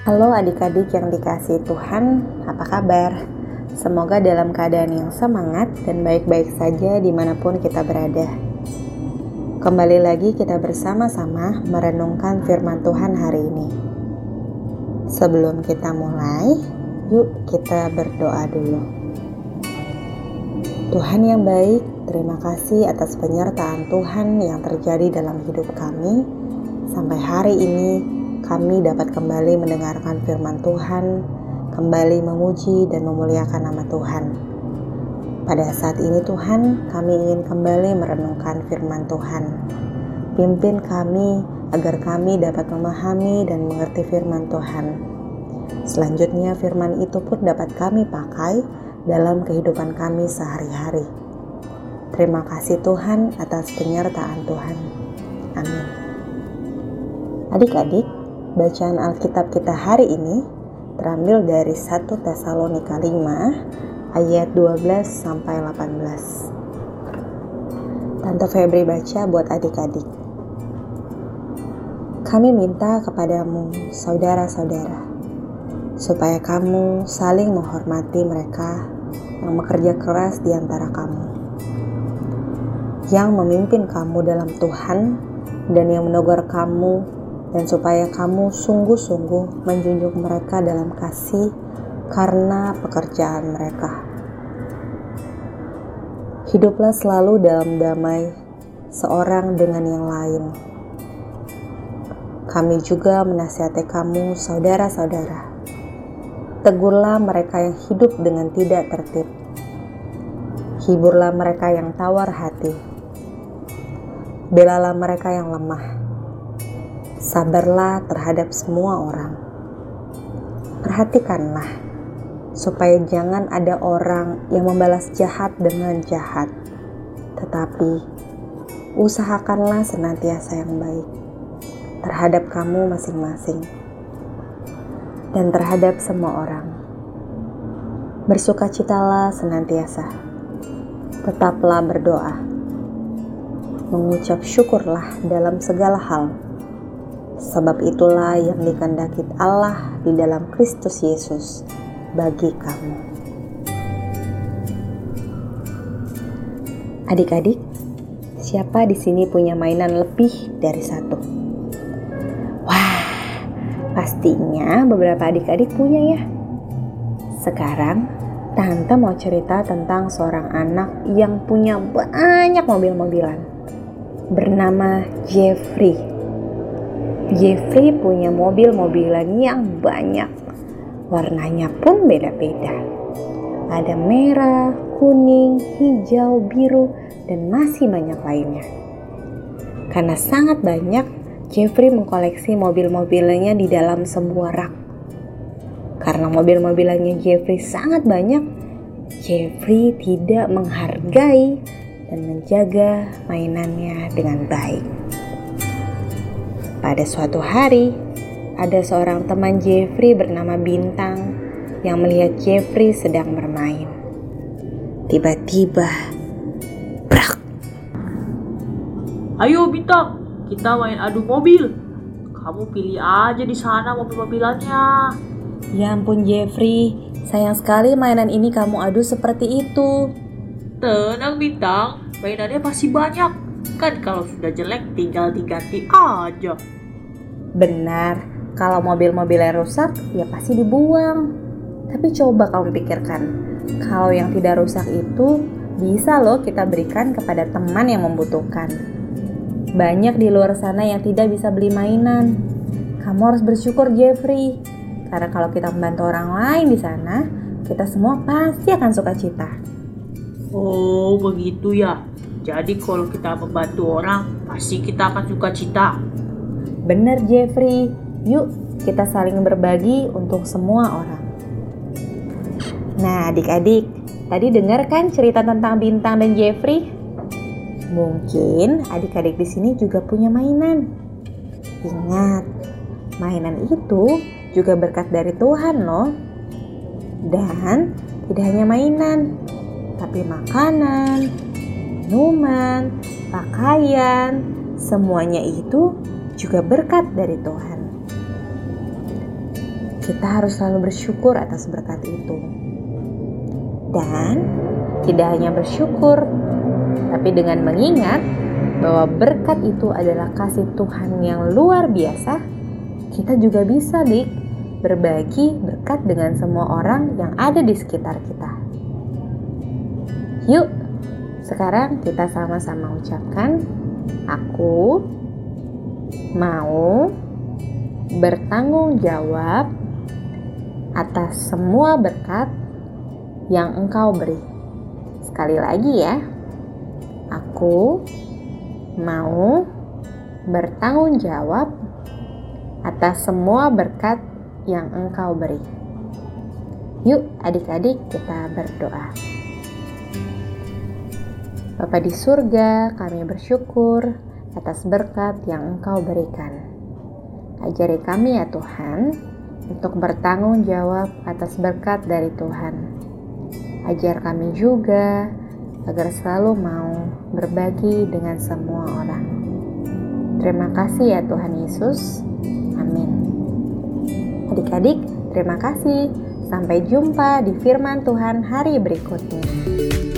Halo adik-adik yang dikasihi Tuhan, apa kabar? Semoga dalam keadaan yang semangat dan baik-baik saja dimanapun kita berada. Kembali lagi kita bersama-sama merenungkan firman Tuhan hari ini. Sebelum kita mulai, yuk kita berdoa dulu. Tuhan yang baik, terima kasih atas penyertaan Tuhan yang terjadi dalam hidup kami. Sampai hari ini kami dapat kembali mendengarkan firman Tuhan, kembali memuji dan memuliakan nama Tuhan. Pada saat ini Tuhan, kami ingin kembali merenungkan firman Tuhan. Pimpin kami agar kami dapat memahami dan mengerti firman Tuhan. Selanjutnya firman itu pun dapat kami pakai dalam kehidupan kami sehari-hari. Terima kasih Tuhan atas penyertaan Tuhan. Amin. Adik-adik, bacaan Alkitab kita hari ini terambil dari 1 Tesalonika 5 ayat 12 sampai 18. Tante Febri baca buat adik-adik. Kami minta kepadamu, saudara-saudara, supaya kamu saling menghormati mereka yang bekerja keras di antara kamu, yang memimpin kamu dalam Tuhan dan yang menegur kamu, dan supaya kamu sungguh-sungguh menjunjung mereka dalam kasih karena pekerjaan mereka. Hiduplah selalu dalam damai seorang dengan yang lain. Kami juga menasihati kamu, saudara-saudara. Tegurlah mereka yang hidup dengan tidak tertib. Hiburlah mereka yang tawar hati. Belalah mereka yang lemah. Sabarlah terhadap semua orang. Perhatikanlah, supaya jangan ada orang yang membalas jahat dengan jahat. Tetapi, usahakanlah senantiasa yang baik terhadap kamu masing-masing dan terhadap semua orang. Bersukacitalah senantiasa. Tetaplah berdoa. Mengucap syukurlah dalam segala hal. Sebab itulah yang dikehendaki Allah di dalam Kristus Yesus bagi kamu. Adik-adik, siapa di sini punya mainan lebih dari satu? Wah, pastinya beberapa adik-adik punya ya. Sekarang, Tante mau cerita tentang seorang anak yang punya banyak mobil-mobilan. Bernama Jeffrey. Jeffrey punya mobil-mobilan yang banyak. Warnanya pun beda-beda. Ada merah, kuning, hijau, biru, dan masih banyak lainnya. Karena sangat banyak, Jeffrey mengkoleksi mobil-mobilannya di dalam sebuah rak. Karena mobil-mobilannya Jeffrey sangat banyak, Jeffrey tidak menghargai dan menjaga mainannya dengan baik. Pada suatu hari, ada seorang teman Jeffrey bernama Bintang yang melihat Jeffrey sedang bermain. Tiba-tiba, brak! Ayo Bintang, kita main adu mobil. Kamu pilih aja di sana mobil-mobilannya. Ya ampun Jeffrey, sayang sekali mainan ini kamu adu seperti itu. Tenang Bintang, mainannya masih banyak. Kan kalau sudah jelek tinggal diganti aja. Benar, kalau mobil-mobilnya rusak ya pasti dibuang. Tapi coba kamu pikirkan, kalau yang tidak rusak itu bisa loh kita berikan kepada teman yang membutuhkan. Banyak di luar sana yang tidak bisa beli mainan. Kamu harus bersyukur Jeffrey, karena kalau kita membantu orang lain di sana, kita semua pasti akan sukacita. Oh begitu ya. Jadi kalau kita membantu orang, pasti kita akan sukacita. Benar Jeffrey, yuk kita saling berbagi untuk semua orang. Nah adik-adik, tadi dengar kan cerita tentang Bintang dan Jeffrey? Mungkin adik-adik di sini juga punya mainan. Ingat, mainan itu juga berkat dari Tuhan loh. Dan tidak hanya mainan, tapi makanan, minuman, pakaian, semuanya itu juga berkat dari Tuhan. kita harus selalu bersyukur atas berkat itu. Dan tidak hanya bersyukur, tapi dengan mengingat bahwa berkat itu adalah kasih Tuhan yang luar biasa, kita juga bisa berbagi berkat dengan semua orang yang ada di sekitar kita. Yuk, sekarang kita sama-sama ucapkan, aku mau bertanggung jawab atas semua berkat yang Engkau beri. Sekali lagi ya, aku mau bertanggung jawab atas semua berkat yang Engkau beri. Yuk adik-adik, kita berdoa. Bapa di surga, kami bersyukur atas berkat yang Engkau berikan. Ajari kami ya Tuhan, untuk bertanggung jawab atas berkat dari Tuhan. Ajar kami juga agar selalu mau berbagi dengan semua orang. Terima kasih ya Tuhan Yesus. Amin. Adik-adik, terima kasih. Sampai jumpa di firman Tuhan hari berikutnya.